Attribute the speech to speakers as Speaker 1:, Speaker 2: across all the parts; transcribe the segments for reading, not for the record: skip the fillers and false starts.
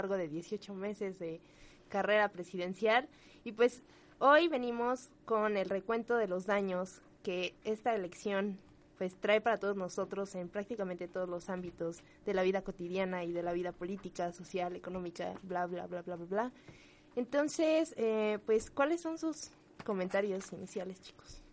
Speaker 1: largo de 18 meses de carrera presidencial. Y pues hoy venimos con el recuento de los daños que esta elección pues trae para todos nosotros en prácticamente todos los ámbitos de la vida cotidiana y de la vida política, social, económica, bla, bla, bla, bla, bla, bla. Entonces, pues, ¿cuáles son sus comentarios iniciales, chicos?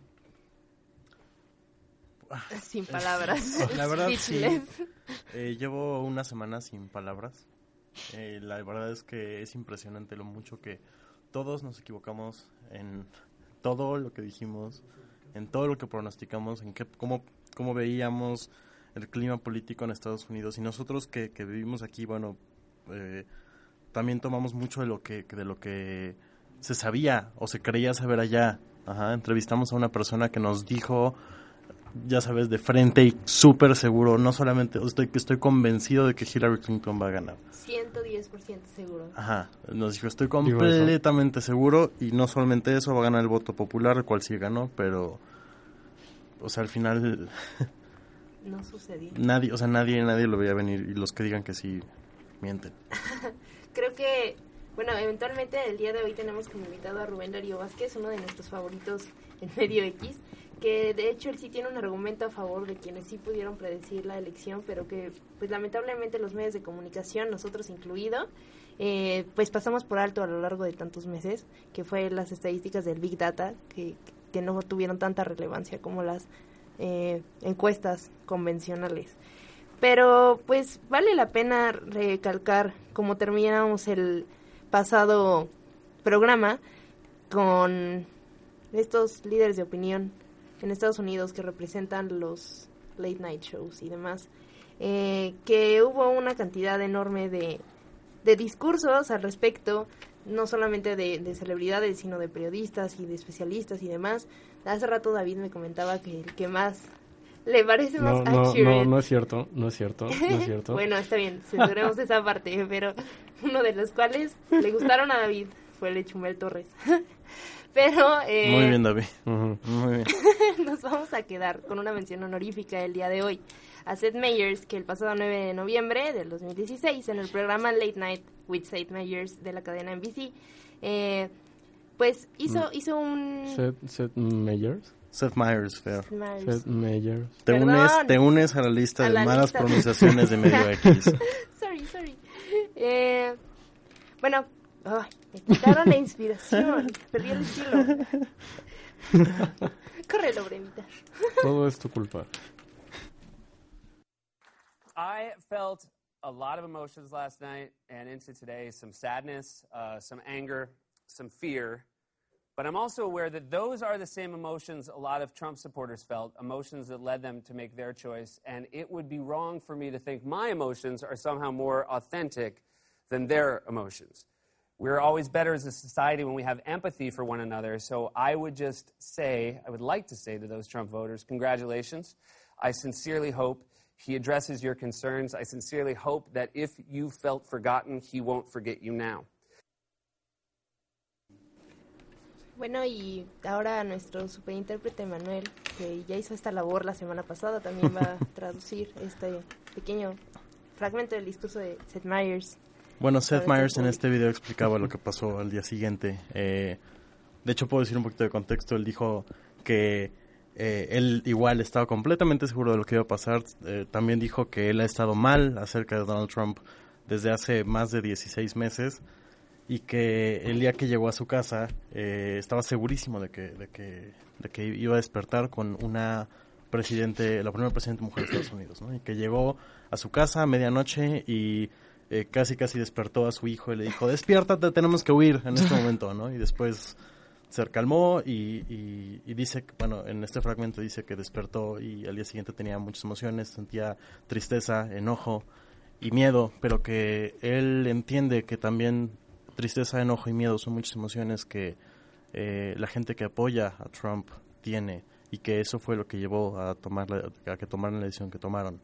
Speaker 1: Sin palabras.
Speaker 2: La verdad, sí. Llevo una semana sin palabras. La verdad es que es impresionante lo mucho que todos nos equivocamos en todo lo que dijimos, en todo lo que pronosticamos, en cómo veíamos el clima político en Estados Unidos. Y nosotros que vivimos aquí, bueno, también tomamos mucho de lo que se sabía o se creía saber allá. Entrevistamos a una persona que nos dijo, ya sabes, de frente y súper seguro, no solamente estoy convencido de que Hillary Clinton va a ganar.
Speaker 1: 110% seguro.
Speaker 2: Nos dijo, estoy completamente seguro, y no solamente eso, va a ganar el voto popular, el cual sí ganó, pero, o sea, al final
Speaker 1: no sucedió.
Speaker 2: Nadie lo veía venir, y los que digan que sí, mienten.
Speaker 1: Creo que, bueno, eventualmente el día de hoy tenemos como invitado a Rubén Darío Vázquez, uno de nuestros favoritos en Medio X, que de hecho él sí tiene un argumento a favor de quienes sí pudieron predecir la elección, pero que pues lamentablemente los medios de comunicación, nosotros incluido, pues pasamos por alto a lo largo de tantos meses, que fue las estadísticas del Big Data, que no tuvieron tanta relevancia como las encuestas convencionales. Pero pues vale la pena recalcar, como terminamos el pasado programa, con estos líderes de opinión en Estados Unidos que representan los late night shows y demás, que hubo una cantidad enorme de discursos al respecto, no solamente de celebridades, sino de periodistas y de especialistas y demás. Hace rato David me comentaba que el que más le parece más accurate.
Speaker 3: No es cierto.
Speaker 1: Bueno, está bien, censuremos esa parte, pero uno de los cuales le gustaron a David fue el de Chumel Torres. Pero
Speaker 2: muy bien, David.
Speaker 1: Muy bien. Nos vamos a quedar con una mención honorífica el día de hoy a Seth Meyers, que el pasado 9 de noviembre del 2016 en el programa Late Night with Seth Meyers de la cadena NBC, pues hizo un...
Speaker 3: Seth Meyers.
Speaker 2: Seth Meyers, fair.
Speaker 3: Seth Meyers.
Speaker 2: Te unes a la lista de malas pronunciaciones de Medio X.
Speaker 1: Sorry. Bueno, me quitaron la inspiración, perdí el estilo. Córrelo, Bremita.
Speaker 3: Todo es tu culpa.
Speaker 4: I felt a lot of emotions last night and into today, some sadness, some anger, some fear. But I'm also aware that those are the same emotions a lot of Trump supporters felt, emotions that led them to make their choice. And it would be wrong for me to think my emotions are somehow more authentic than their emotions. We're always better as a society when we have empathy for one another. So I would like to say to those Trump voters, congratulations. I sincerely hope he addresses your concerns. I sincerely hope that if you felt forgotten, he won't forget you now.
Speaker 1: Bueno, y ahora nuestro superintérprete Manuel, que ya hizo esta labor la semana pasada, también va a traducir este pequeño fragmento del discurso de Seth Meyers.
Speaker 2: Bueno, Seth Meyers en este video explicaba lo que pasó al día siguiente. De hecho, puedo decir un poquito de contexto. Él dijo que él igual estaba completamente seguro de lo que iba a pasar. También dijo que él ha estado mal acerca de Donald Trump desde hace más de 16 meses y que el día que llegó a su casa estaba segurísimo de que iba a despertar con la primera presidente mujer de Estados Unidos, ¿no? Y que llegó a su casa a medianoche y casi despertó a su hijo y le dijo, despiértate, tenemos que huir en este momento, ¿no? Y después se calmó y dice, bueno, en este fragmento dice que despertó y al día siguiente tenía muchas emociones, sentía tristeza, enojo y miedo, pero que él entiende que también tristeza, enojo y miedo son muchas emociones que la gente que apoya a Trump tiene y que eso fue lo que llevó a que tomaran la decisión que tomaron.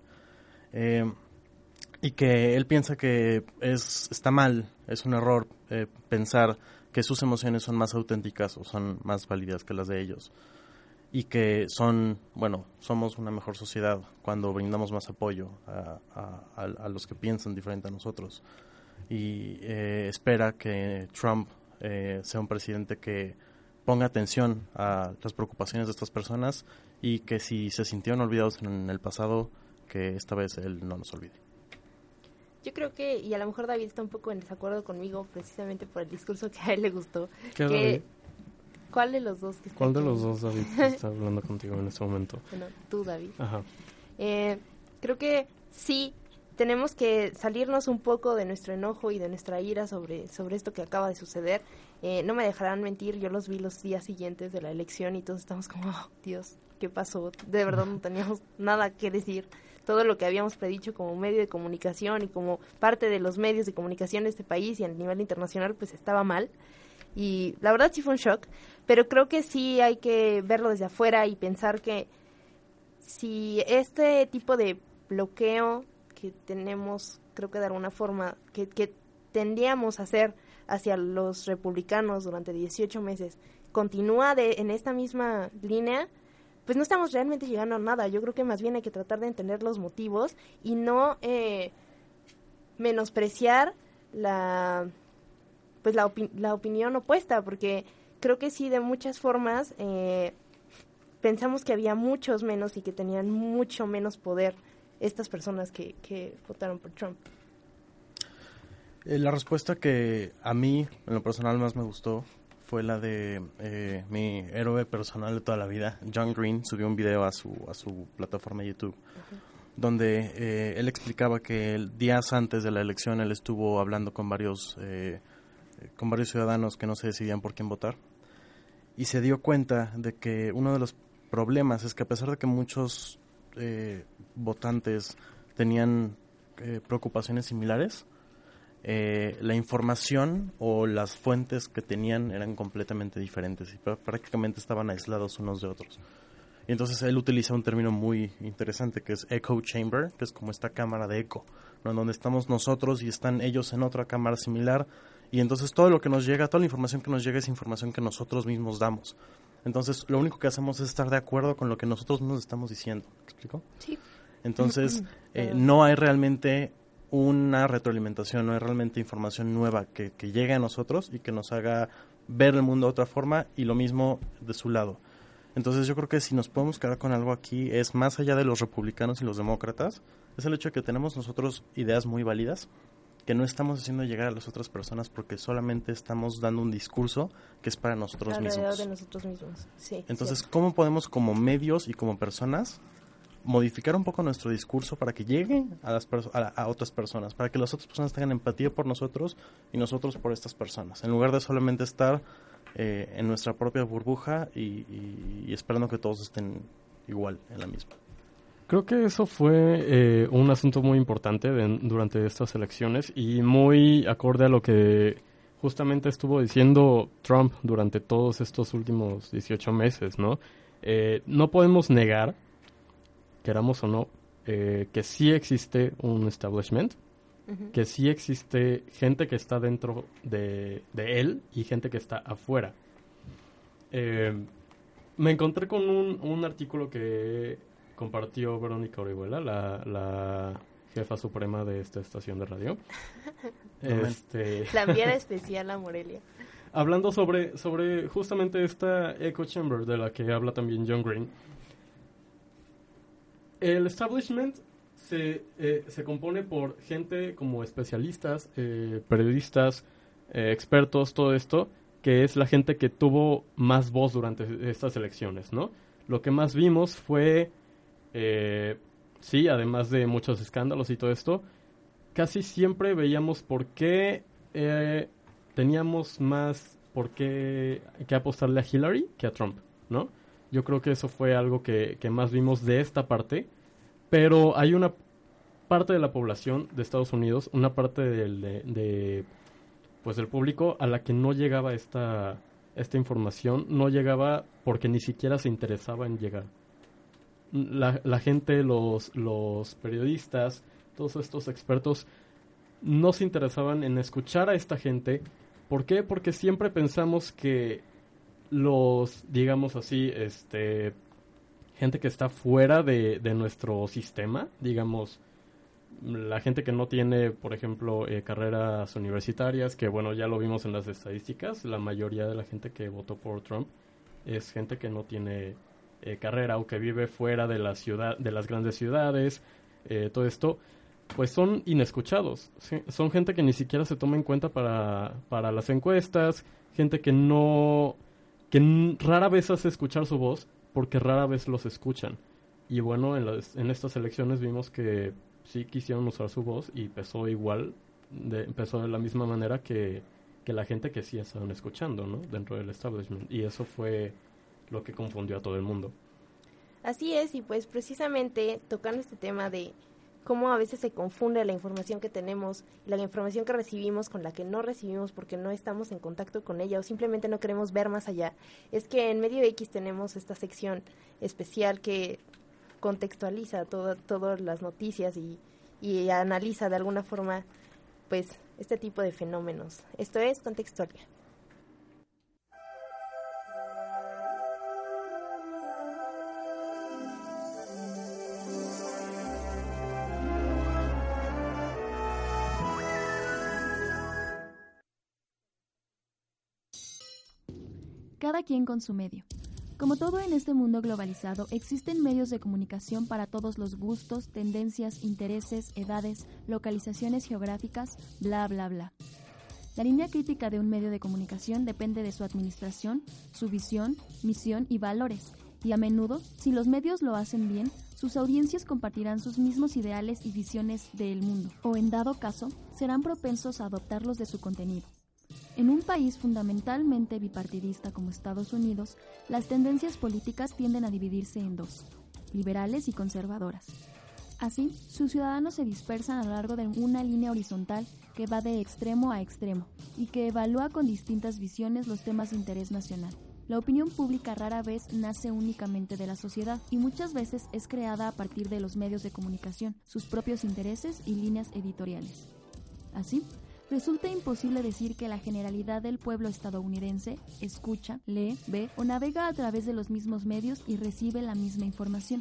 Speaker 2: Y que él piensa que está mal, es un error pensar que sus emociones son más auténticas o son más válidas que las de ellos. Y que somos una mejor sociedad cuando brindamos más apoyo a los que piensan diferente a nosotros. y espera que Trump sea un presidente que ponga atención a las preocupaciones de estas personas y que si se sintieron olvidados en el pasado, que esta vez él no nos olvide.
Speaker 1: Yo creo que, y a lo mejor David está un poco en desacuerdo conmigo, precisamente por el discurso que a él le gustó.
Speaker 3: ¿Qué, David?
Speaker 1: ¿Cuál de los dos que está
Speaker 3: ¿Cuál de
Speaker 1: aquí?
Speaker 3: los dos, David, está hablando contigo en este momento?
Speaker 1: Bueno, tú, David.
Speaker 3: Ajá.
Speaker 1: Creo que sí, tenemos que salirnos un poco de nuestro enojo y de nuestra ira sobre esto que acaba de suceder. No me dejarán mentir, yo los vi los días siguientes de la elección y todos estamos como, oh, Dios, ¿qué pasó? De verdad no teníamos nada que decir. Todo lo que habíamos predicho como medio de comunicación y como parte de los medios de comunicación de este país y a nivel internacional, pues estaba mal. Y la verdad sí fue un shock, pero creo que sí hay que verlo desde afuera y pensar que si este tipo de bloqueo que tenemos, creo que de alguna forma, que tendríamos a hacer hacia los republicanos durante 18 meses, continúa en esta misma línea, pues no estamos realmente llegando a nada. Yo creo que más bien hay que tratar de entender los motivos y no menospreciar la opinión opuesta, porque creo que sí, de muchas formas pensamos que había muchos menos y que tenían mucho menos poder estas personas que votaron por Trump.
Speaker 2: La respuesta que a mí, en lo personal, más me gustó fue la de mi héroe personal de toda la vida, John Green. Subió un video a su plataforma de YouTube, donde él explicaba que días antes de la elección él estuvo hablando con varios ciudadanos que no se decidían por quién votar, y se dio cuenta de que uno de los problemas es que a pesar de que muchos votantes tenían preocupaciones similares, la información o las fuentes que tenían eran completamente diferentes y prácticamente estaban aislados unos de otros. Y entonces él utiliza un término muy interesante que es echo chamber, que es como esta cámara de eco, ¿no? Donde estamos nosotros y están ellos en otra cámara similar, y entonces todo lo que nos llega, toda la información que nos llega es información que nosotros mismos damos. Entonces lo único que hacemos es estar de acuerdo con lo que nosotros mismos estamos diciendo. ¿Me explico?
Speaker 1: Sí.
Speaker 2: Entonces no hay realmente una retroalimentación, no hay realmente información nueva que llegue a nosotros y que nos haga ver el mundo de otra forma, y lo mismo de su lado. Entonces yo creo que si nos podemos quedar con algo aquí es, más allá de los republicanos y los demócratas, es el hecho de que tenemos nosotros ideas muy válidas que no estamos haciendo llegar a las otras personas porque solamente estamos dando un discurso que es para nosotros
Speaker 1: alrededor
Speaker 2: mismos.
Speaker 1: de nosotros mismos. Sí,
Speaker 2: entonces,
Speaker 1: cierto.
Speaker 2: ¿cómo podemos como medios y como personas modificar un poco nuestro discurso para que llegue a otras personas, para que las otras personas tengan empatía por nosotros y nosotros por estas personas, en lugar de solamente estar en nuestra propia burbuja y esperando que todos estén igual en la misma?
Speaker 3: Creo que eso fue un asunto muy importante durante estas elecciones y muy acorde a lo que justamente estuvo diciendo Trump durante todos estos últimos 18 meses, ¿no? No podemos negar, queramos o no, que sí existe un establishment, que sí existe gente que está dentro de él y gente que está afuera. Me encontré con un artículo que compartió Verónica Orihuela, la jefa suprema de esta estación de radio.
Speaker 1: La enviada especial a Morelia.
Speaker 3: Hablando sobre justamente esta echo chamber de la que habla también John Green. El establishment se compone por gente como especialistas, periodistas, expertos, todo esto, que es la gente que tuvo más voz durante estas elecciones, ¿no? Lo que más vimos fue, sí, además de muchos escándalos y todo esto, casi siempre veíamos por qué teníamos más por qué que apostarle a Hillary que a Trump, ¿no? Yo creo que eso fue algo que más vimos de esta parte, pero hay una parte de la población de Estados Unidos, una parte del público a la que no llegaba esta información, no llegaba porque ni siquiera se interesaba en llegar. La gente, los periodistas, todos estos expertos no se interesaban en escuchar a esta gente. ¿Por qué? Porque siempre pensamos que digamos así, gente que está fuera de nuestro sistema, digamos, la gente que no tiene, por ejemplo, carreras universitarias, que bueno, ya lo vimos en las estadísticas, la mayoría de la gente que votó por Trump es gente que no tiene carrera o que vive fuera de la ciudad, de las grandes ciudades, todo esto, pues son inescuchados. ¿Sí? Son gente que ni siquiera se toma en cuenta para las encuestas, gente que rara vez hace escuchar su voz porque rara vez los escuchan. Y bueno, en estas elecciones vimos que sí quisieron usar su voz y pesó pesó de la misma manera que la gente que sí estaban escuchando, ¿no? Dentro del establishment. Y eso fue lo que confundió a todo el mundo.
Speaker 1: Así es, y pues precisamente tocando este tema de cómo a veces se confunde la información que tenemos, la información que recibimos con la que no recibimos porque no estamos en contacto con ella o simplemente no queremos ver más allá, es que en Medio X tenemos esta sección especial que contextualiza todas las noticias y analiza de alguna forma pues este tipo de fenómenos. Esto es Contextualia.
Speaker 5: Cada quien con su medio. Como todo en este mundo globalizado, existen medios de comunicación para todos los gustos, tendencias, intereses, edades, localizaciones geográficas, bla, bla, bla. La línea crítica de un medio de comunicación depende de su administración, su visión, misión y valores, y a menudo, si los medios lo hacen bien, sus audiencias compartirán sus mismos ideales y visiones del mundo, o en dado caso, serán propensos a adoptarlos de su contenido. En un país fundamentalmente bipartidista como Estados Unidos, las tendencias políticas tienden a dividirse en dos, liberales y conservadoras. Así, sus ciudadanos se dispersan a lo largo de una línea horizontal que va de extremo a extremo y que evalúa con distintas visiones los temas de interés nacional. La opinión pública rara vez nace únicamente de la sociedad y muchas veces es creada a partir de los medios de comunicación, sus propios intereses y líneas editoriales. Así, resulta imposible decir que la generalidad del pueblo estadounidense escucha, lee, ve o navega a través de los mismos medios y recibe la misma información.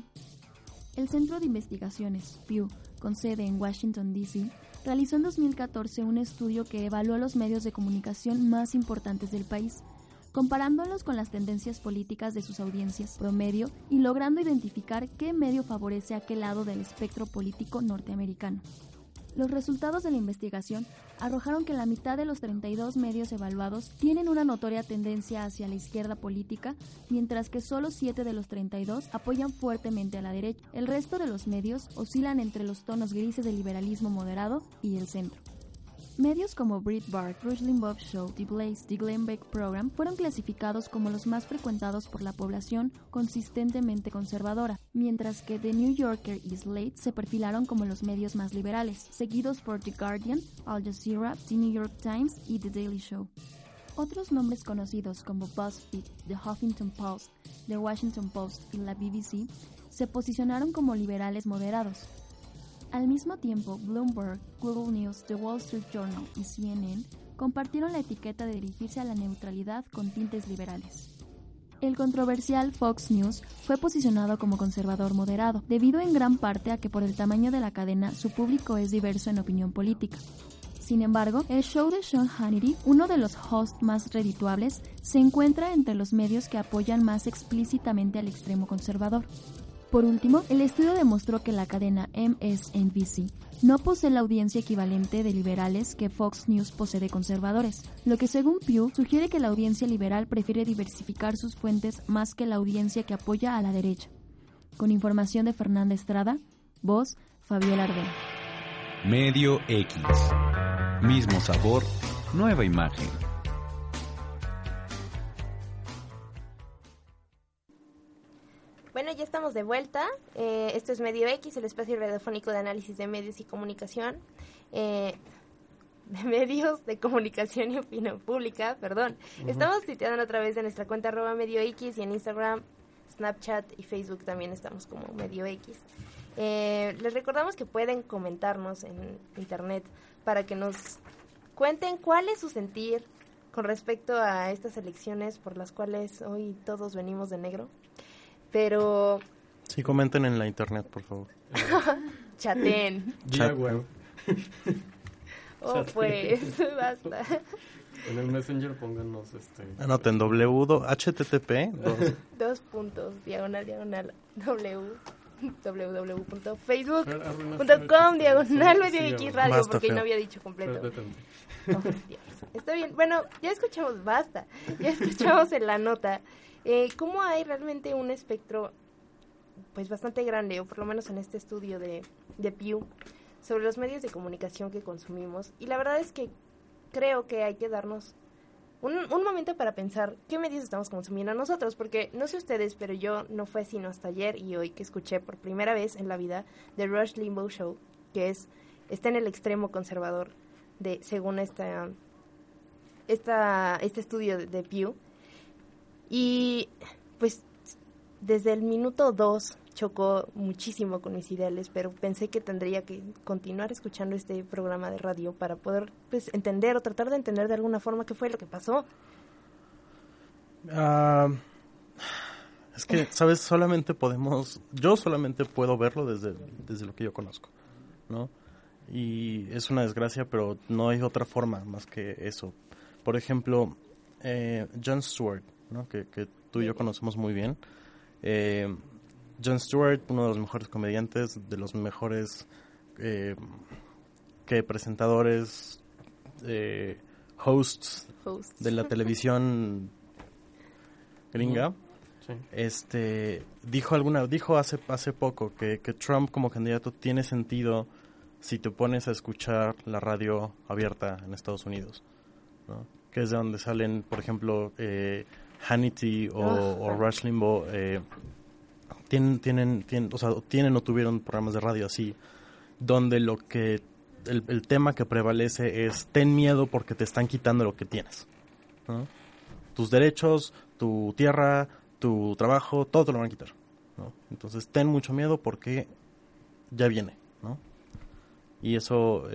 Speaker 5: El Centro de Investigaciones, Pew, con sede en Washington, D.C., realizó en 2014 un estudio que evaluó los medios de comunicación más importantes del país, comparándolos con las tendencias políticas de sus audiencias promedio y logrando identificar qué medio favorece a qué lado del espectro político norteamericano. Los resultados de la investigación arrojaron que la mitad de los 32 medios evaluados tienen una notoria tendencia hacia la izquierda política, mientras que solo 7 de los 32 apoyan fuertemente a la derecha. El resto de los medios oscilan entre los tonos grises del liberalismo moderado y el centro. Medios como Breitbart, Rush Limbaugh Show, The Blaze, The Glenn Beck Program fueron clasificados como los más frecuentados por la población consistentemente conservadora, mientras que The New Yorker y Slate se perfilaron como los medios más liberales, seguidos por The Guardian, Al Jazeera, The New York Times y The Daily Show. Otros nombres conocidos como BuzzFeed, The Huffington Post, The Washington Post y la BBC se posicionaron como liberales moderados. Al mismo tiempo, Bloomberg, Google News, The Wall Street Journal y CNN compartieron la etiqueta de dirigirse a la neutralidad con tintes liberales. El controversial Fox News fue posicionado como conservador moderado, debido en gran parte a que por el tamaño de la cadena su público es diverso en opinión política. Sin embargo, el show de Sean Hannity, uno de los hosts más redituables, se encuentra entre los medios que apoyan más explícitamente al extremo conservador. Por último, el estudio demostró que la cadena MSNBC no posee la audiencia equivalente de liberales que Fox News posee de conservadores, lo que según Pew sugiere que la audiencia liberal prefiere diversificar sus fuentes más que la audiencia que apoya a la derecha. Con información de Fernanda Estrada, voz Fabiola Ardén.
Speaker 6: Medio X. Mismo sabor, nueva imagen.
Speaker 1: Bueno, ya estamos de vuelta. Esto es Medio X, el espacio radiofónico de análisis de medios y comunicación. De medios de comunicación y opinión pública, perdón. Estamos tuiteando a través de nuestra cuenta @MedioX y en Instagram, Snapchat y Facebook también estamos como Medio X. Les recordamos que pueden comentarnos en internet para que nos cuenten cuál es su sentir con respecto a estas elecciones por las cuales hoy todos venimos de negro. Pero...
Speaker 2: Sí, comenten en la internet, por favor.
Speaker 1: chaten.
Speaker 3: Vía web.
Speaker 1: Oh, pues, basta.
Speaker 3: En el Messenger pónganos
Speaker 2: Anoten http
Speaker 1: www.facebook.com/mediox radio,
Speaker 2: Basta,
Speaker 1: porque
Speaker 2: feo.
Speaker 1: no había dicho completo.
Speaker 3: Detente.
Speaker 1: Oh, Dios. Está bien. Bueno, ya escuchamos, basta. Ya escuchamos en la nota cómo hay realmente un espectro pues bastante grande, o por lo menos en este estudio de Pew, sobre los medios de comunicación que consumimos. Y la verdad es que creo que hay que darnos un momento para pensar qué medios estamos consumiendo nosotros, porque no sé ustedes, pero yo no fue sino hasta ayer y hoy que escuché por primera vez en la vida The Rush Limbaugh Show, que está en el extremo conservador de según este estudio de Pew. Y pues desde el minuto 2 chocó muchísimo con mis ideales, pero pensé que tendría que continuar escuchando este programa de radio para poder pues entender o tratar de entender de alguna forma qué fue lo que pasó.
Speaker 2: Es que, ¿sabes? Yo solamente puedo verlo desde lo que yo conozco, ¿no? Y es una desgracia, pero no hay otra forma más que eso. Por ejemplo, Jon Stewart, ¿no? Que tú y yo conocemos muy bien. Jon Stewart, uno de los mejores comediantes, de los mejores presentadores, hosts de la televisión gringa.
Speaker 3: Sí.
Speaker 2: Dijo hace poco que Trump como candidato tiene sentido si te pones a escuchar la radio abierta en Estados Unidos, ¿no? Que es de donde salen, por ejemplo, Hannity o Rush Limbaugh. Tienen o tuvieron programas de radio así, donde el tema que prevalece es ten miedo porque te están quitando lo que tienes, ¿no? Tus derechos, tu tierra, tu trabajo, todo te lo van a quitar, ¿no? Entonces ten mucho miedo porque ya viene, ¿no? Y eso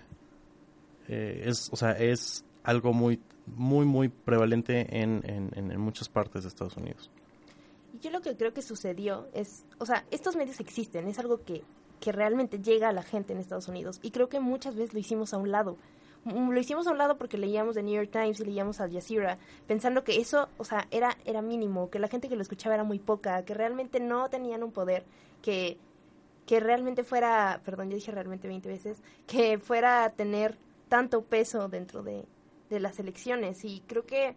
Speaker 2: es algo muy muy muy prevalente en muchas partes de Estados Unidos.
Speaker 1: Y yo lo que creo que sucedió es, estos medios existen, es algo que realmente llega a la gente en Estados Unidos, y creo que muchas veces lo hicimos a un lado. Lo hicimos a un lado porque leíamos The New York Times y leíamos Al Jazeera, pensando que eso, era mínimo, que la gente que lo escuchaba era muy poca, que realmente no tenían un poder, que realmente fuera, perdón, yo dije realmente 20 veces, que fuera a tener tanto peso dentro de las elecciones. Y creo que,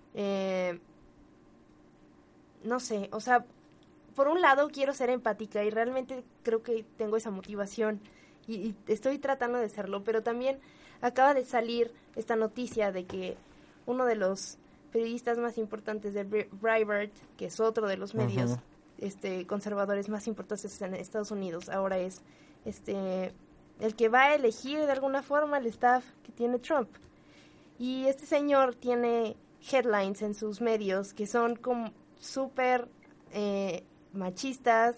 Speaker 1: no sé, por un lado quiero ser empática y realmente creo que tengo esa motivación y estoy tratando de serlo, pero también acaba de salir esta noticia de que uno de los periodistas más importantes de Breitbart, que es otro de los medios conservadores más importantes en Estados Unidos, ahora es el que va a elegir de alguna forma el staff que tiene Trump. Y este señor tiene headlines en sus medios que son como súper machistas,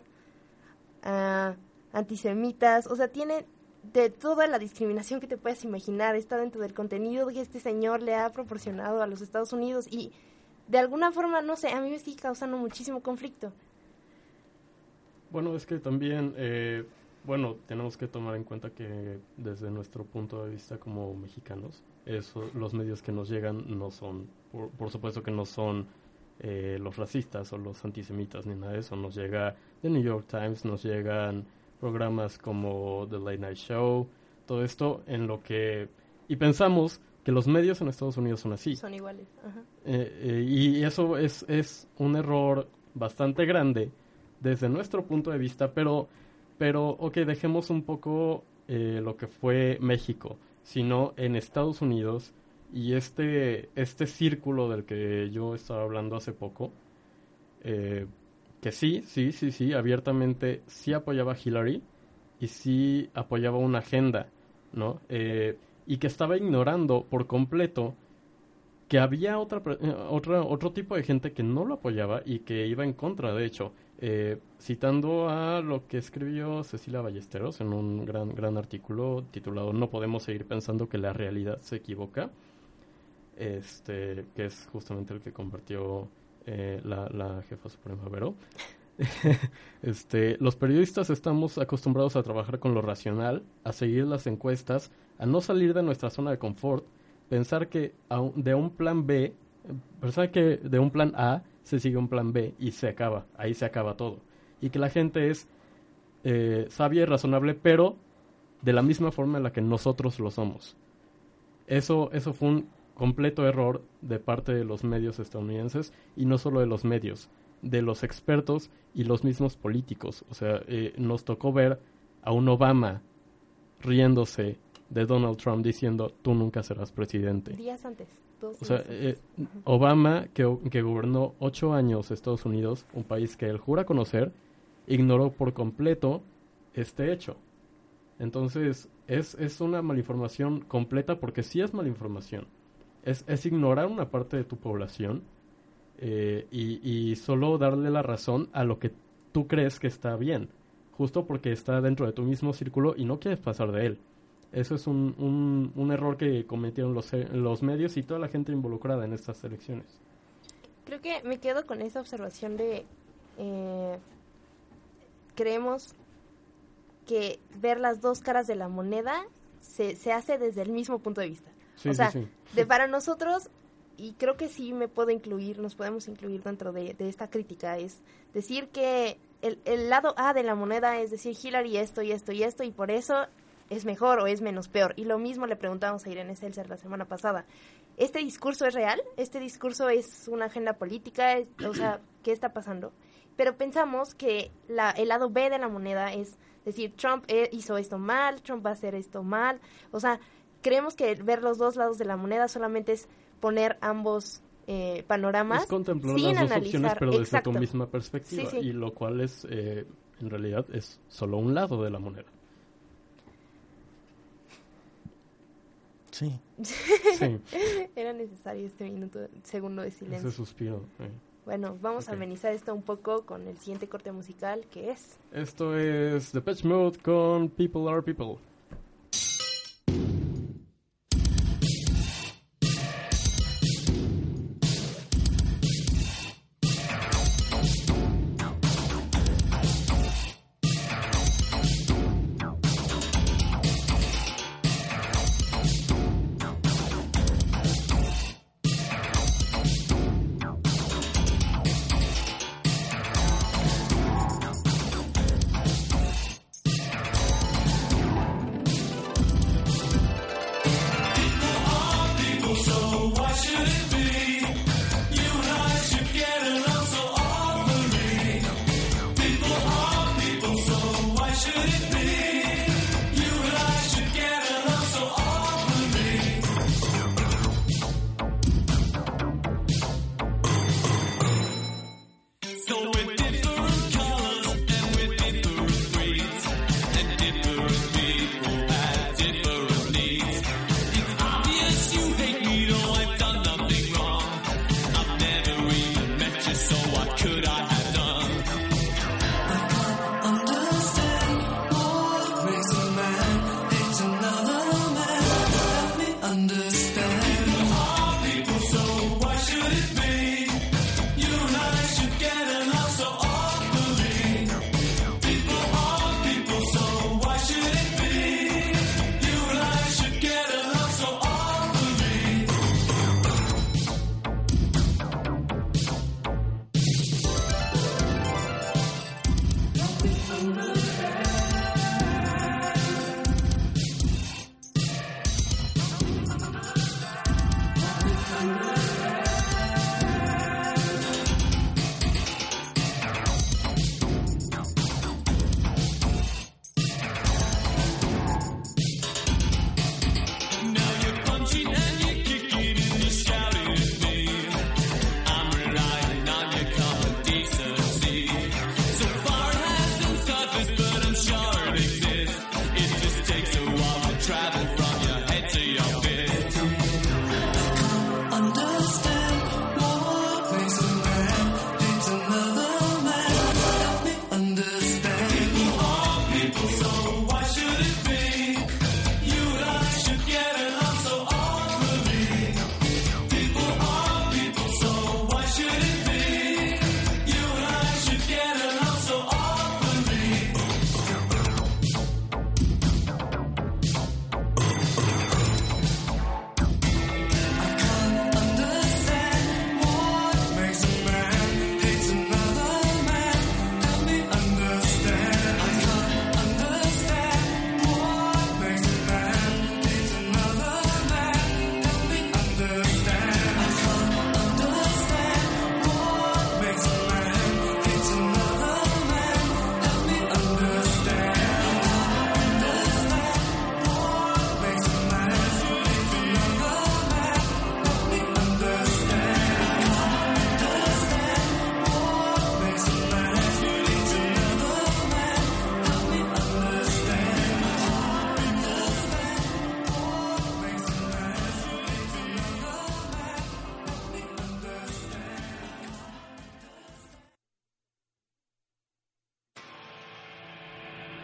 Speaker 1: antisemitas, tiene de toda la discriminación que te puedas imaginar, está dentro del contenido que este señor le ha proporcionado a los Estados Unidos, y de alguna forma, no sé, a mí me sigue causando muchísimo conflicto.
Speaker 3: Bueno, es que también, tenemos que tomar en cuenta que desde nuestro punto de vista como mexicanos, los medios que nos llegan no son, por supuesto que no son los racistas o los antisemitas ni nada de eso. Nos llega The New York Times, nos llegan programas como The Late Night Show, todo esto y pensamos que los medios en Estados Unidos son así.
Speaker 1: Son iguales. Ajá.
Speaker 3: Y eso es un error bastante grande desde nuestro punto de vista, pero dejemos un poco lo que fue México, sino en Estados Unidos. Y este círculo del que yo estaba hablando hace poco, que sí, abiertamente sí apoyaba a Hillary y sí apoyaba una agenda, ¿no? Y que estaba ignorando por completo que había otro tipo de gente que no lo apoyaba y que iba en contra, de hecho. Citando a lo que escribió Cecilia Ballesteros en un gran artículo titulado "No podemos seguir pensando que la realidad se equivoca", que es justamente el que compartió la jefa suprema Vero. Los periodistas estamos acostumbrados a trabajar con lo racional, a seguir las encuestas, a no salir de nuestra zona de confort, pensar que de un plan A se sigue un plan B y ahí se acaba todo. Y que la gente es sabia y razonable, pero de la misma forma en la que nosotros lo somos. Eso fue un completo error de parte de los medios estadounidenses, y no solo de los medios, de los expertos y los mismos políticos. O sea, nos tocó ver a un Obama riéndose de Donald Trump diciendo, tú nunca serás presidente.
Speaker 1: Días antes.
Speaker 3: O sea, Obama, que gobernó 8 años Estados Unidos, un país que él jura conocer, ignoró por completo este hecho. Entonces, es una malinformación completa, porque sí es malinformación. Es ignorar una parte de tu población y solo darle la razón a lo que tú crees que está bien, justo porque está dentro de tu mismo círculo y no quieres pasar de él. Eso es un error que cometieron los medios y toda la gente involucrada en estas elecciones.
Speaker 1: Creo que me quedo con esa observación de creemos que ver las dos caras de la moneda se hace desde el mismo punto de vista.
Speaker 3: Sí,
Speaker 1: o sea,
Speaker 3: sí.
Speaker 1: para nosotros, y creo que sí nos podemos incluir dentro de esta crítica, es decir que el lado A de la moneda es decir Hillary esto y esto y esto, y por eso es mejor o es menos peor. Y lo mismo le preguntamos a Irene Seltzer la semana pasada. ¿Este discurso es real? ¿Este discurso es una agenda política? O sea, ¿qué está pasando? Pero pensamos que el lado B de la moneda es decir, Trump hizo esto mal, Trump va a hacer esto mal. O sea, creemos que ver los dos lados de la moneda solamente es poner ambos panoramas
Speaker 3: es contemplar
Speaker 1: sin
Speaker 3: las dos
Speaker 1: analizar.
Speaker 3: opciones, pero desde
Speaker 1: Exacto.
Speaker 3: tu misma perspectiva.
Speaker 1: Sí.
Speaker 3: Y lo cual es, en realidad, es solo un lado de la moneda.
Speaker 2: Sí.
Speaker 3: Sí.
Speaker 1: Era necesario segundo de silencio.
Speaker 3: Ese suspiro.
Speaker 1: Bueno, vamos a
Speaker 3: Ok.
Speaker 1: amenizar esto un poco con el siguiente corte musical, que es...
Speaker 3: Esto es Depeche Mode con People Are People.
Speaker 7: Travel from your head to your fist.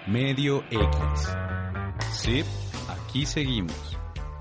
Speaker 6: Medio X. Sí, aquí seguimos.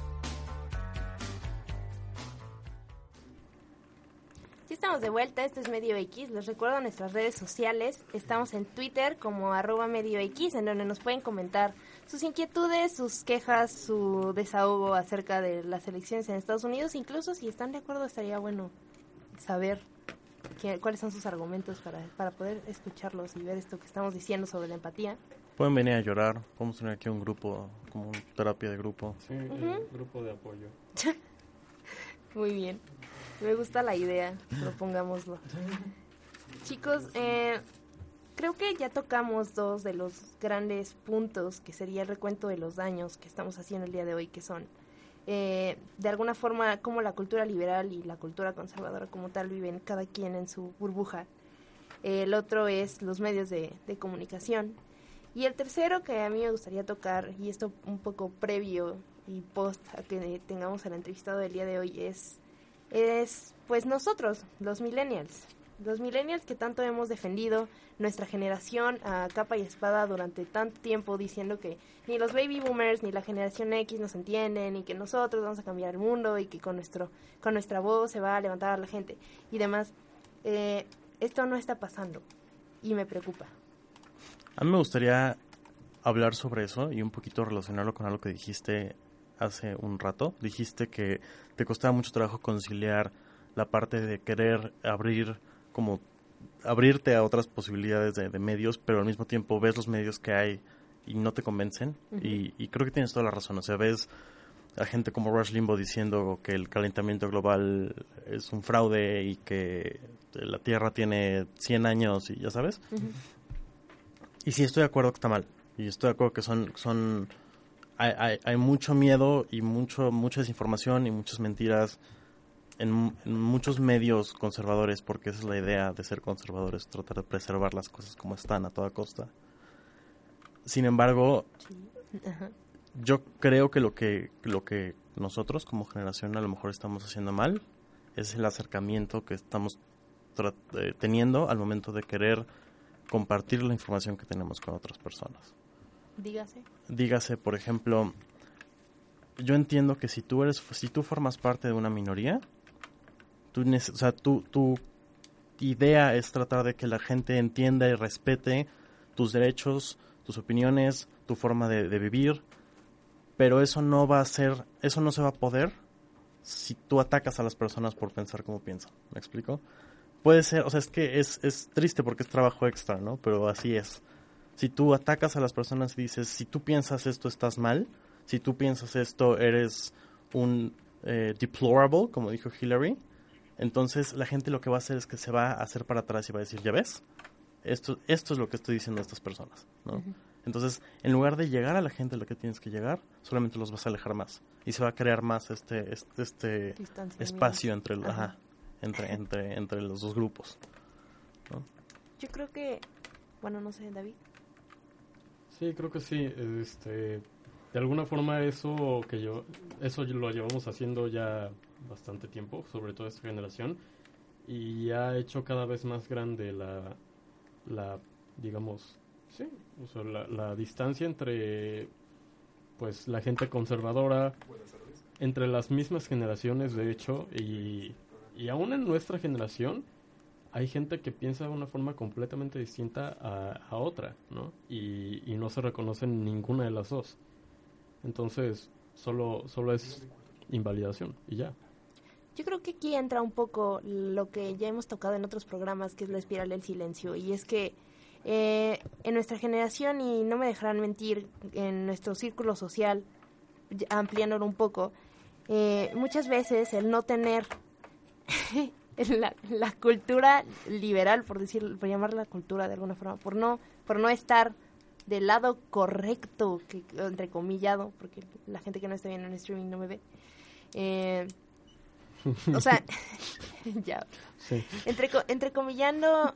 Speaker 1: Ya estamos de vuelta, esto es Medio X. Les recuerdo nuestras redes sociales. Estamos en Twitter como @MedioX, en donde nos pueden comentar sus inquietudes, sus quejas, su desahogo acerca de las elecciones en Estados Unidos. Incluso si están de acuerdo, estaría bueno saber cuáles son sus argumentos para poder escucharlos y ver esto que estamos diciendo sobre la empatía.
Speaker 2: Pueden venir a llorar, podemos tener aquí un grupo, como una terapia de grupo.
Speaker 3: Sí, grupo de apoyo.
Speaker 1: Muy bien, me gusta la idea, propongámoslo. Chicos, creo que ya tocamos dos de los grandes puntos, que sería el recuento de los daños que estamos haciendo el día de hoy, que son, de alguna forma, cómo la cultura liberal y la cultura conservadora como tal viven cada quien en su burbuja. El otro es los medios de comunicación. Y el tercero que a mí me gustaría tocar, y esto un poco previo y post a que tengamos al entrevistado del día de hoy, es pues nosotros, los millennials. Los millennials que tanto hemos defendido nuestra generación a capa y espada durante tanto tiempo, diciendo que ni los baby boomers ni la generación X nos entienden y que nosotros vamos a cambiar el mundo y que con nuestra voz se va a levantar a la gente y demás. Esto no está pasando y me preocupa.
Speaker 2: A mí me gustaría hablar sobre eso y un poquito relacionarlo con algo que dijiste hace un rato. Dijiste que te costaba mucho trabajo conciliar la parte de querer abrirte a otras posibilidades de medios, pero al mismo tiempo ves los medios que hay y no te convencen. Uh-huh. Y creo que tienes toda la razón. O sea, ves a gente como Rush Limbaugh diciendo que el calentamiento global es un fraude y que la Tierra tiene 100 años y ya sabes. Uh-huh. Y sí, estoy de acuerdo que está mal. Y estoy de acuerdo que hay mucho miedo y mucha desinformación y muchas mentiras en muchos medios conservadores, porque esa es la idea de ser conservadores, tratar de preservar las cosas como están a toda costa. Sin embargo, sí. Uh-huh. Yo creo que lo que nosotros como generación a lo mejor estamos haciendo mal es el acercamiento que estamos teniendo al momento de querer compartir la información que tenemos con otras personas. Dígase, por ejemplo, yo entiendo que si tú formas parte de una minoría, tu idea es tratar de que la gente entienda y respete tus derechos, tus opiniones, tu forma de vivir, pero eso no se va a poder si tú atacas a las personas por pensar como piensan. ¿Me explico? Puede ser, o sea, es que es triste porque es trabajo extra, ¿no? Pero así es. Si tú atacas a las personas y dices, si tú piensas esto estás mal, si tú piensas esto eres un deplorable, como dijo Hillary, entonces la gente lo que va a hacer es que se va a hacer para atrás y va a decir, ¿ya ves? Esto es lo que estoy diciendo a estas personas, ¿no? Uh-huh. Entonces, en lugar de llegar a la gente a la que tienes que llegar, solamente los vas a alejar más. Y se va a crear más este espacio entre los dos grupos, ¿no?
Speaker 1: Yo creo que, bueno, no sé, David.
Speaker 3: Sí, creo que sí. De alguna forma eso lo llevamos haciendo ya bastante tiempo, sobre todo esta generación, y ha hecho cada vez más grande la digamos, sí, o sea, la distancia entre pues la gente conservadora, entre las mismas generaciones, de hecho, y aún en nuestra generación hay gente que piensa de una forma completamente distinta a otra, ¿no? Y no se reconoce en ninguna de las dos. Entonces, solo es invalidación y ya.
Speaker 1: Yo creo que aquí entra un poco lo que ya hemos tocado en otros programas, que es la espiral del silencio. Y es que en nuestra generación, y no me dejarán mentir, en nuestro círculo social, ampliándolo un poco, muchas veces el no tener la cultura liberal, por llamarla cultura de alguna forma, por no estar del lado correcto, entrecomillado, porque la gente que no está viendo en streaming no me ve, o sea, ya, sí. Entrecomillando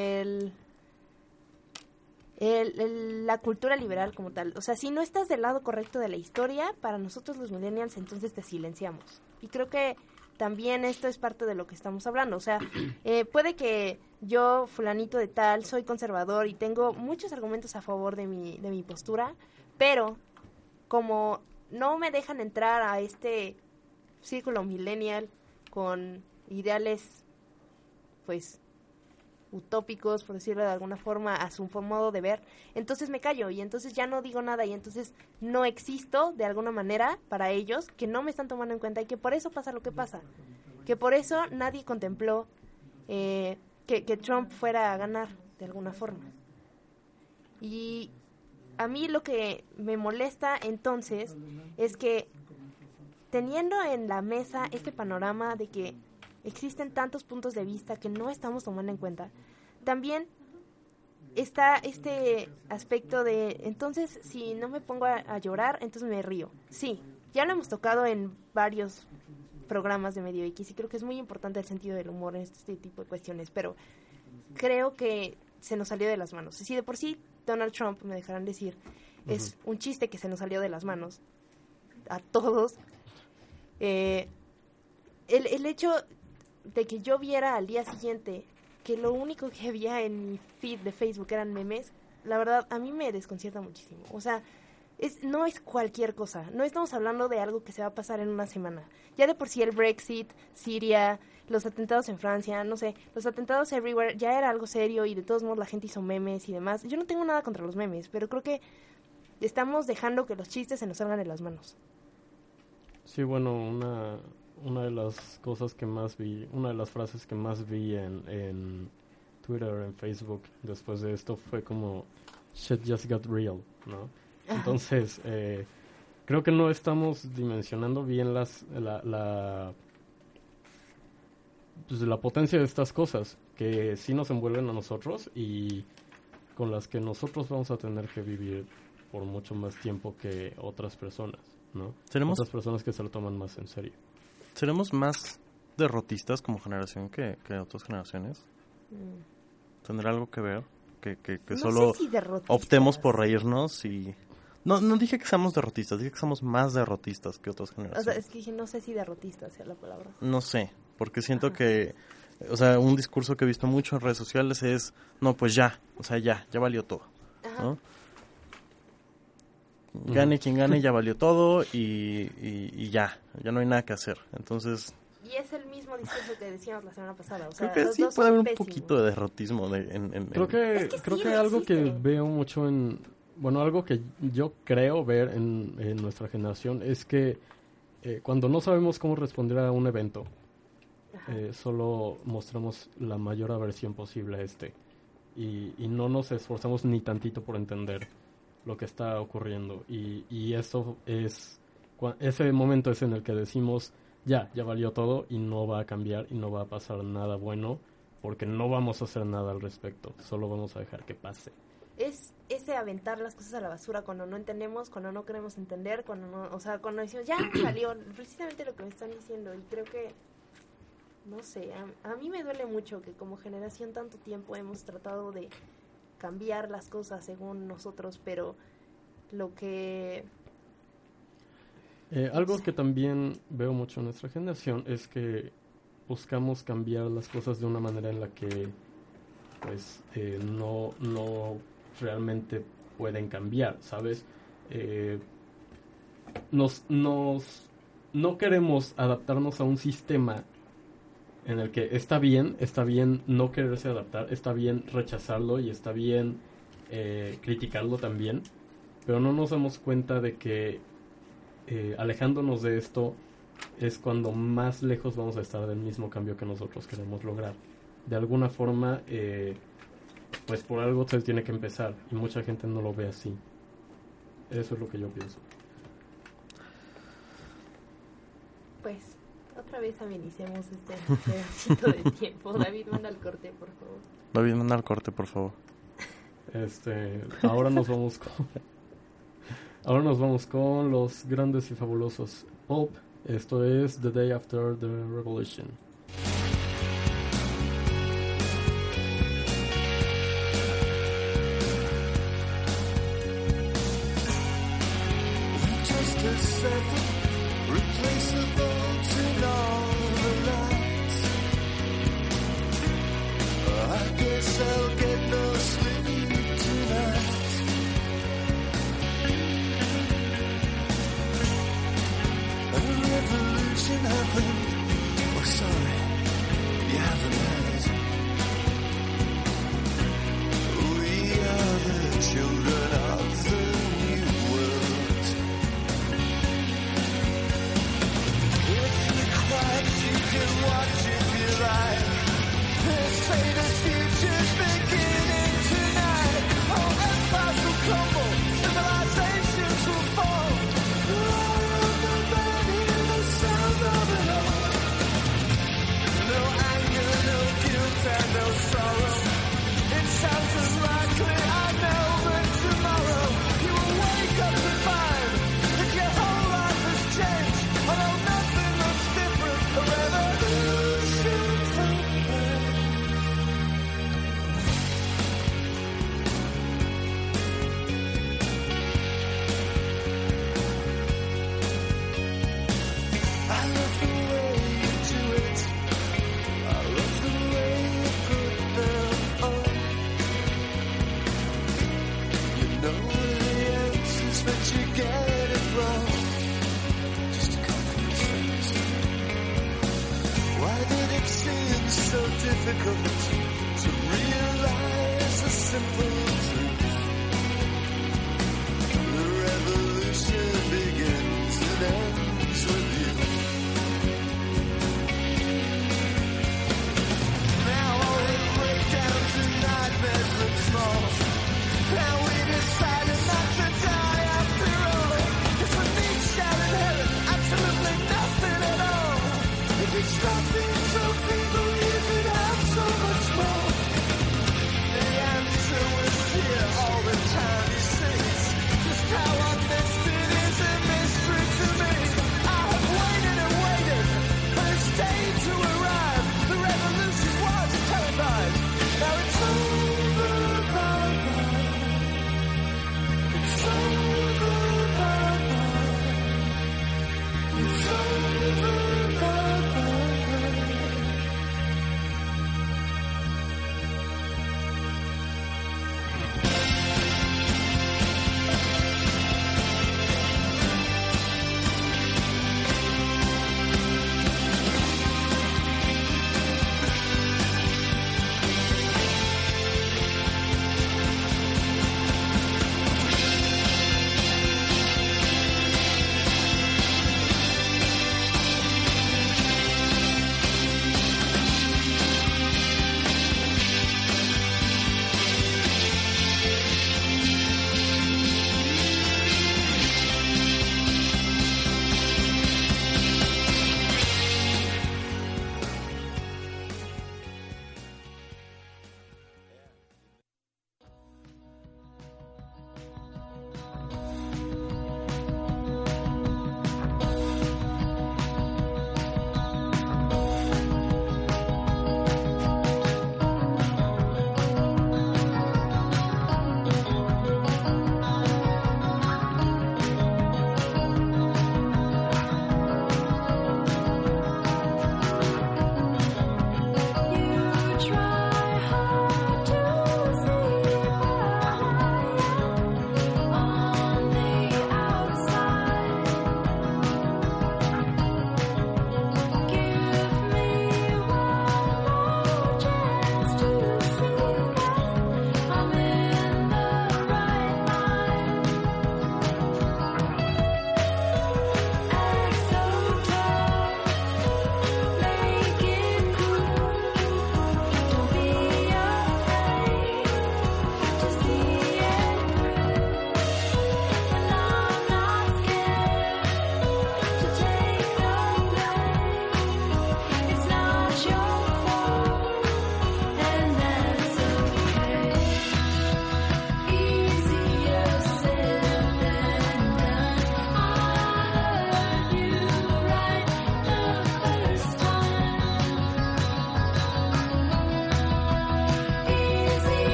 Speaker 1: la cultura liberal como tal. O sea, si no estás del lado correcto de la historia, para nosotros los millennials, entonces te silenciamos. Y creo que también esto es parte de lo que estamos hablando. O sea, puede que yo, fulanito de tal, soy conservador y tengo muchos argumentos a favor de mi postura, pero como no me dejan entrar a este círculo millennial con ideales, pues, utópicos, por decirlo de alguna forma, a su modo de ver, entonces me callo y entonces ya no digo nada y entonces no existo de alguna manera para ellos, que no me están tomando en cuenta y que por eso pasa lo que pasa, que por eso nadie contempló que Trump fuera a ganar de alguna forma. Y a mí lo que me molesta entonces es que teniendo en la mesa este panorama de que existen tantos puntos de vista que no estamos tomando en cuenta, también está este aspecto de, entonces, si no me pongo a llorar, entonces me río. Sí, ya lo hemos tocado en varios programas de Medio X y creo que es muy importante el sentido del humor en este tipo de cuestiones, pero creo que se nos salió de las manos. Si de por sí Donald Trump, me dejarán decir, es un chiste que se nos salió de las manos a todos, el hecho de que yo viera al día siguiente que lo único que había en mi feed de Facebook eran memes, la verdad, a mí me desconcierta muchísimo. O sea, no es cualquier cosa. No estamos hablando de algo que se va a pasar en una semana. Ya de por sí el Brexit, Siria, los atentados en Francia, no sé, los atentados everywhere, ya era algo serio y de todos modos la gente hizo memes y demás. Yo no tengo nada contra los memes, pero creo que estamos dejando que los chistes se nos salgan de las manos.
Speaker 3: Sí, bueno, una de las cosas que más vi, una de las frases que más vi en Twitter, en Facebook, después de esto fue como, shit just got real, ¿no? Entonces, creo que no estamos dimensionando bien la potencia de estas cosas, que sí nos envuelven a nosotros y con las que nosotros vamos a tener que vivir por mucho más tiempo que otras personas, ¿no? Otras personas que se lo toman más en serio.
Speaker 2: ¿Seremos más derrotistas como generación que otras generaciones? ¿Tendrá algo que ver? Que
Speaker 1: no
Speaker 2: solo
Speaker 1: sé si
Speaker 2: optemos por reírnos y... No dije que seamos derrotistas, dije que somos más derrotistas que otras generaciones.
Speaker 1: O sea, es que dije, no sé si derrotista sea la palabra.
Speaker 2: No sé, porque siento que... O sea, un discurso que he visto mucho en redes sociales es... No, pues ya, o sea, ya valió todo, ¿no? Gane quien gane, ya valió todo y ya no hay nada que hacer. Entonces...
Speaker 1: Y es el mismo discurso que decíamos la semana pasada. O sea,
Speaker 2: creo que sí puede haber un poquito de derrotismo.
Speaker 3: Creo que algo que veo mucho algo que yo creo ver en nuestra generación es que cuando no sabemos cómo responder a un evento, solo mostramos la mayor aversión posible a y no nos esforzamos ni tantito por entender lo que está ocurriendo y eso es ese momento es en el que decimos ya valió todo y no va a cambiar y no va a pasar nada bueno porque no vamos a hacer nada al respecto, solo vamos a dejar que pase.
Speaker 1: Es ese aventar las cosas a la basura cuando no entendemos, cuando no queremos entender, cuando decimos ya salió, precisamente lo que me están diciendo. Y creo que no sé, a mí me duele mucho que como generación tanto tiempo hemos tratado de cambiar las cosas según nosotros, pero lo que...
Speaker 3: algo que también veo mucho en nuestra generación es que buscamos cambiar las cosas de una manera en la que pues no realmente pueden cambiar, ¿sabes? No queremos adaptarnos a un sistema en el que está bien no quererse adaptar, está bien rechazarlo y está bien criticarlo también, pero no nos damos cuenta de que alejándonos de esto es cuando más lejos vamos a estar del mismo cambio que nosotros queremos lograr. De alguna forma, pues por algo se tiene que empezar y mucha gente no lo ve así. Eso es lo que yo pienso.
Speaker 1: Pues otra vez amenicemos este pedacito de tiempo. David, manda al corte, por favor.
Speaker 2: David, manda al corte, por favor.
Speaker 3: Ahora nos vamos con los grandes y fabulosos Pulp. Esto es The Day After the Revolution.
Speaker 7: Replaceable to love.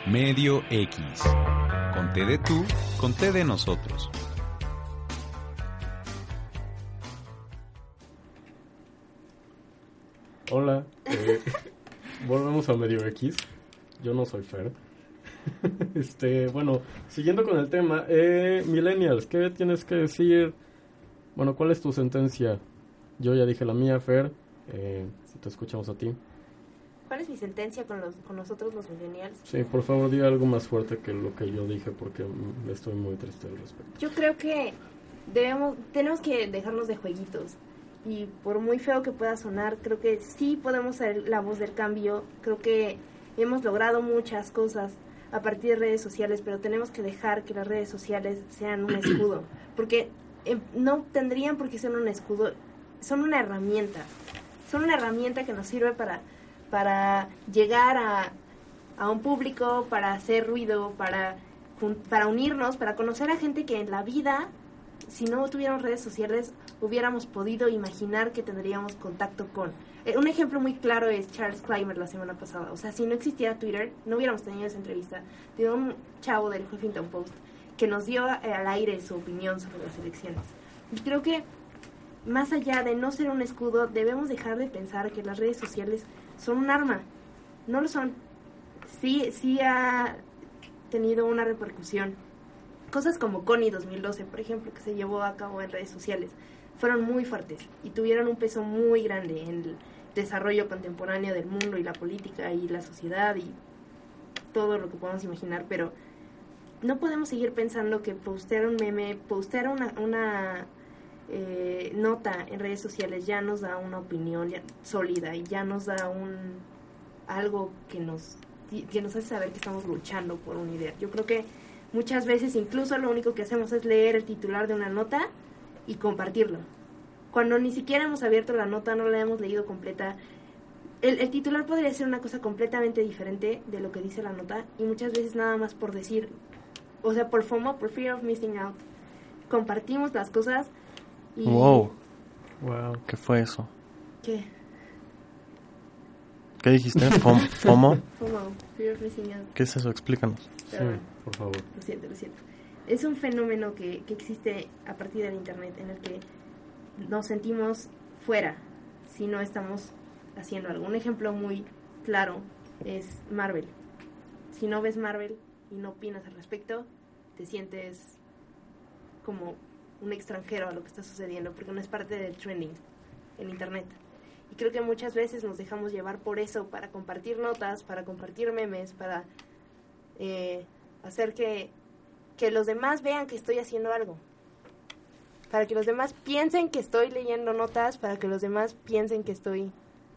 Speaker 6: Medio X. Con T de tú, con T de nosotros.
Speaker 3: Hola, volvemos a Medio X. Yo no soy Fer. Bueno, siguiendo con el tema, Millennials, ¿qué tienes que decir? Bueno, ¿cuál es tu sentencia? Yo ya dije la mía, Fer. Si te escuchamos a ti.
Speaker 1: ¿Cuál es mi sentencia con nosotros los millennials?
Speaker 3: Sí, por favor, diga algo más fuerte que lo que yo dije, porque estoy muy triste al respecto.
Speaker 1: Yo creo que tenemos que dejarnos de jueguitos. Y por muy feo que pueda sonar, creo que sí podemos ser la voz del cambio. Creo que hemos logrado muchas cosas a partir de redes sociales, pero tenemos que dejar que las redes sociales sean un escudo. Porque no tendrían por qué ser un escudo. Son una herramienta. Son una herramienta que nos sirve para llegar a un público, para hacer ruido, para unirnos, para conocer a gente que en la vida, si no tuviéramos redes sociales, hubiéramos podido imaginar que tendríamos contacto con. Un ejemplo muy claro es Charles Clymer la semana pasada. O sea, si no existiera Twitter, no hubiéramos tenido esa entrevista de un chavo del Huffington Post que nos dio al aire su opinión sobre las elecciones. Y creo que más allá de no ser un escudo, debemos dejar de pensar que las redes sociales son un arma. No lo son. Sí ha tenido una repercusión. Cosas como Connie 2012, por ejemplo, que se llevó a cabo en redes sociales, fueron muy fuertes y tuvieron un peso muy grande en el desarrollo contemporáneo del mundo y la política y la sociedad y todo lo que podamos imaginar, pero no podemos seguir pensando que postear un meme, postear una nota en redes sociales ya nos da una opinión sólida y ya nos da algo que nos hace saber que estamos luchando por una idea. Yo creo que muchas veces incluso lo único que hacemos es leer el titular de una nota y compartirlo. Cuando ni siquiera hemos abierto la nota, no la hemos leído completa. El titular podría ser una cosa completamente diferente de lo que dice la nota y muchas veces nada más por decir, o sea, por FOMO, por Fear of Missing Out, compartimos las cosas y...
Speaker 2: Wow.
Speaker 3: ¿Qué
Speaker 2: fue eso?
Speaker 1: ¿Qué?
Speaker 2: ¿Qué dijiste? ¿FOMO?
Speaker 1: FOMO, Fear of Missing Out.
Speaker 2: ¿Qué es eso? Explícanos.
Speaker 3: Sí, por favor.
Speaker 1: Lo siento. Es un fenómeno que existe a partir del internet en el que nos sentimos fuera si no estamos haciendo algo. Un ejemplo muy claro es Marvel. Si no ves Marvel y no opinas al respecto, te sientes como un extranjero a lo que está sucediendo porque no es parte del trending en internet. Y creo que muchas veces nos dejamos llevar por eso, para compartir notas, para compartir memes, para hacer que los demás vean que estoy haciendo algo. Para que los demás piensen que estoy leyendo notas, para que los demás piensen que estoy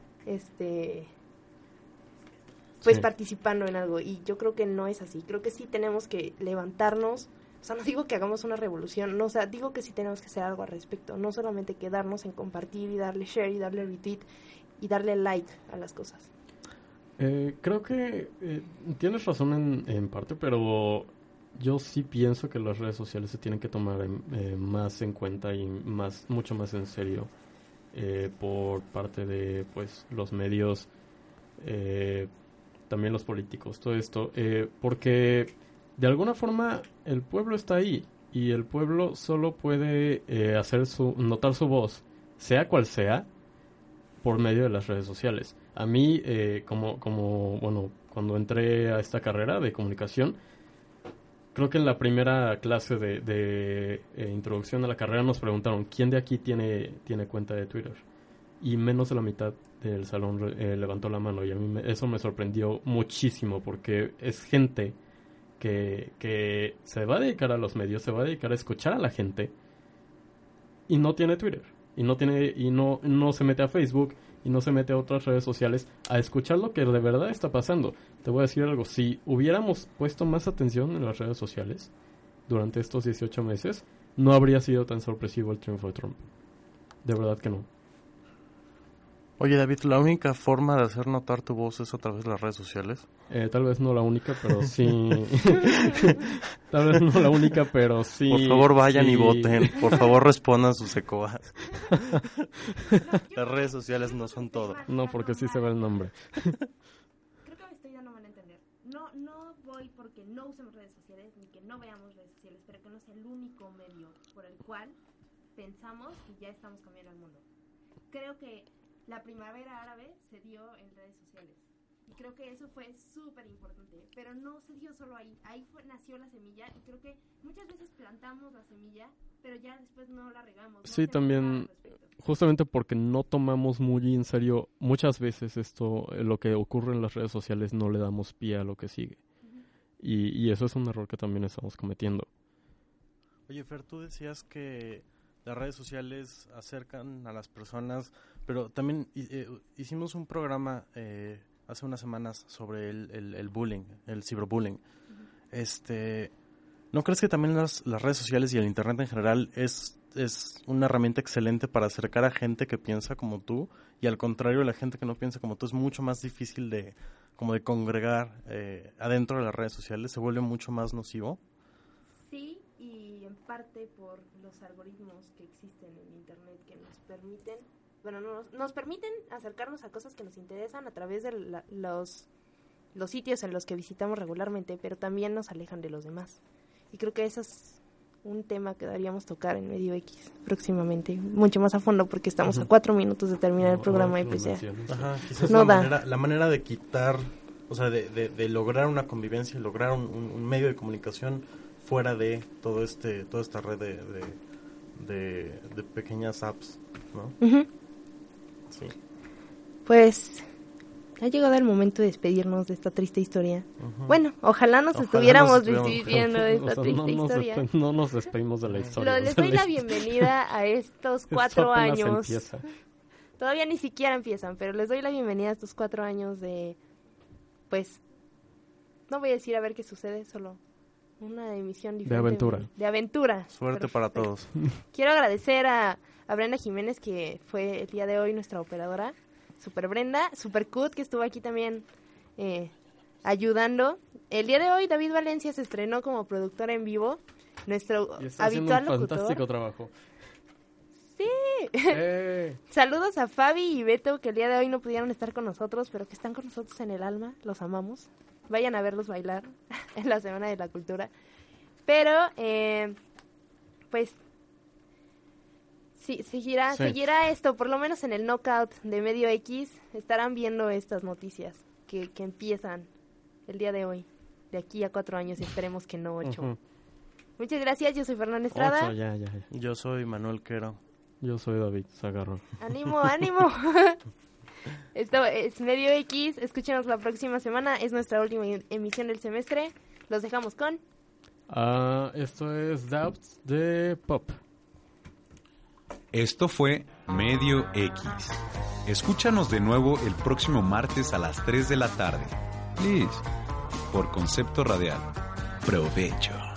Speaker 1: participando en algo. Y yo creo que no es así. Creo que sí tenemos que levantarnos. O sea, no digo que hagamos una revolución, no, o sea, digo que sí tenemos que hacer algo al respecto, no solamente quedarnos en compartir y darle share y darle retweet y darle like a las cosas.
Speaker 3: Creo que tienes razón en parte, pero yo sí pienso que las redes sociales se tienen que tomar más en cuenta y mucho más en serio por parte de pues los medios, también los políticos, todo esto, porque de alguna forma el pueblo está ahí y el pueblo solo puede notar su voz, sea cual sea, por medio de las redes sociales. A mí, cuando entré a esta carrera de comunicación, creo que en la primera clase de introducción a la carrera nos preguntaron ¿quién de aquí tiene cuenta de Twitter? Y menos de la mitad del salón levantó la mano y a mí eso me sorprendió muchísimo porque es gente que se va a dedicar a los medios, se va a dedicar a escuchar a la gente y no tiene Twitter y no se mete a Facebook y no se mete a otras redes sociales a escuchar lo que de verdad está pasando. Te voy a decir algo, si hubiéramos puesto más atención en las redes sociales durante estos 18 meses, no habría sido tan sorpresivo el triunfo de Trump. De verdad que no.
Speaker 2: Oye, David, ¿la única forma de hacer notar tu voz es a través de las redes sociales?
Speaker 3: Tal vez no la única, pero sí. Tal vez no la única, pero sí.
Speaker 2: Por favor, vayan
Speaker 3: sí.
Speaker 2: y voten. Por favor, respondan sus ECOAS. Las redes sociales no son todo.
Speaker 3: No, porque sí se ve el nombre.
Speaker 1: Creo que me estoy dando mal a entender. no voy porque no usemos redes sociales ni que no veamos redes sociales, pero que no sea el único medio por el cual pensamos que ya estamos cambiando el mundo. Creo que la primavera árabe se dio en redes sociales y creo que eso fue súper importante, pero no se dio solo ahí. Nació la semilla y creo que muchas veces plantamos la semilla, pero ya después no la regamos.
Speaker 3: Sí, también, justamente porque no tomamos muy en serio muchas veces lo que ocurre en las redes sociales, no le damos pie a lo que sigue. Uh-huh. Y eso es un error que también estamos cometiendo.
Speaker 2: Oye, Fer, tú decías que las redes sociales acercan a las personas, pero también hicimos un programa hace unas semanas sobre el bullying, el ciberbullying. Uh-huh. ¿No crees que también las redes sociales y el internet en general es una herramienta excelente para acercar a gente que piensa como tú, y al contrario, la gente que no piensa como tú es mucho más difícil de congregar adentro de las redes sociales? ¿Se vuelve mucho más nocivo?
Speaker 1: Sí, y en parte por los algoritmos que existen en internet que nos permiten, nos permiten acercarnos a cosas que nos interesan a través de los sitios en los que visitamos regularmente, pero también nos alejan de los demás. Y creo que eso es un tema que deberíamos tocar en Medio X próximamente, mucho más a fondo, porque estamos a 4 minutos de terminar el programa y pues ya
Speaker 2: quizás
Speaker 1: no
Speaker 2: la manera de quitar, o sea, de lograr una convivencia, lograr un medio de comunicación fuera de toda esta red de pequeñas apps, ¿no? Uh-huh. Sí.
Speaker 1: Pues ha llegado el momento de despedirnos de esta triste historia. Uh-huh. Bueno, ojalá nos estuviéramos despidiendo de esta triste historia.
Speaker 3: No nos despedimos de la historia.
Speaker 1: Les doy la bienvenida a estos 4 años. Empieza. Todavía ni siquiera empiezan, pero les doy la bienvenida a estos 4 años de, pues, no voy a decir a ver qué sucede, solo una emisión diferente. De aventura.
Speaker 2: Suerte para todos.
Speaker 1: Quiero agradecer a Brenda Jiménez, que fue el día de hoy nuestra operadora. Super Brenda, Super Cut, que estuvo aquí también ayudando. El día de hoy David Valencia se estrenó como productor en vivo, nuestro habitual locutor.
Speaker 3: Fantástico trabajo.
Speaker 1: Sí. Saludos a Fabi y Beto, que el día de hoy no pudieron estar con nosotros, pero que están con nosotros en el alma, los amamos. Vayan a verlos bailar en la Semana de la Cultura. Pero, pues, sí, seguirá esto, por lo menos en el Knockout de Medio X, estarán viendo estas noticias que empiezan el día de hoy, de aquí a 4 años, y esperemos que no 8. Uh-huh. Muchas gracias, yo soy Fernanda Estrada.
Speaker 3: 8, ya.
Speaker 2: Yo soy Manuel Quero.
Speaker 3: Yo soy David Zagarro.
Speaker 1: ¡Ánimo! Esto es Medio X, escúchenos la próxima semana, es nuestra última emisión del semestre. Los dejamos con...
Speaker 3: esto es Doubts de Pop.
Speaker 6: Esto fue Medio X. Escúchanos de nuevo el próximo martes a las 3 de la tarde. Please. Por Concepto Radial. Provecho.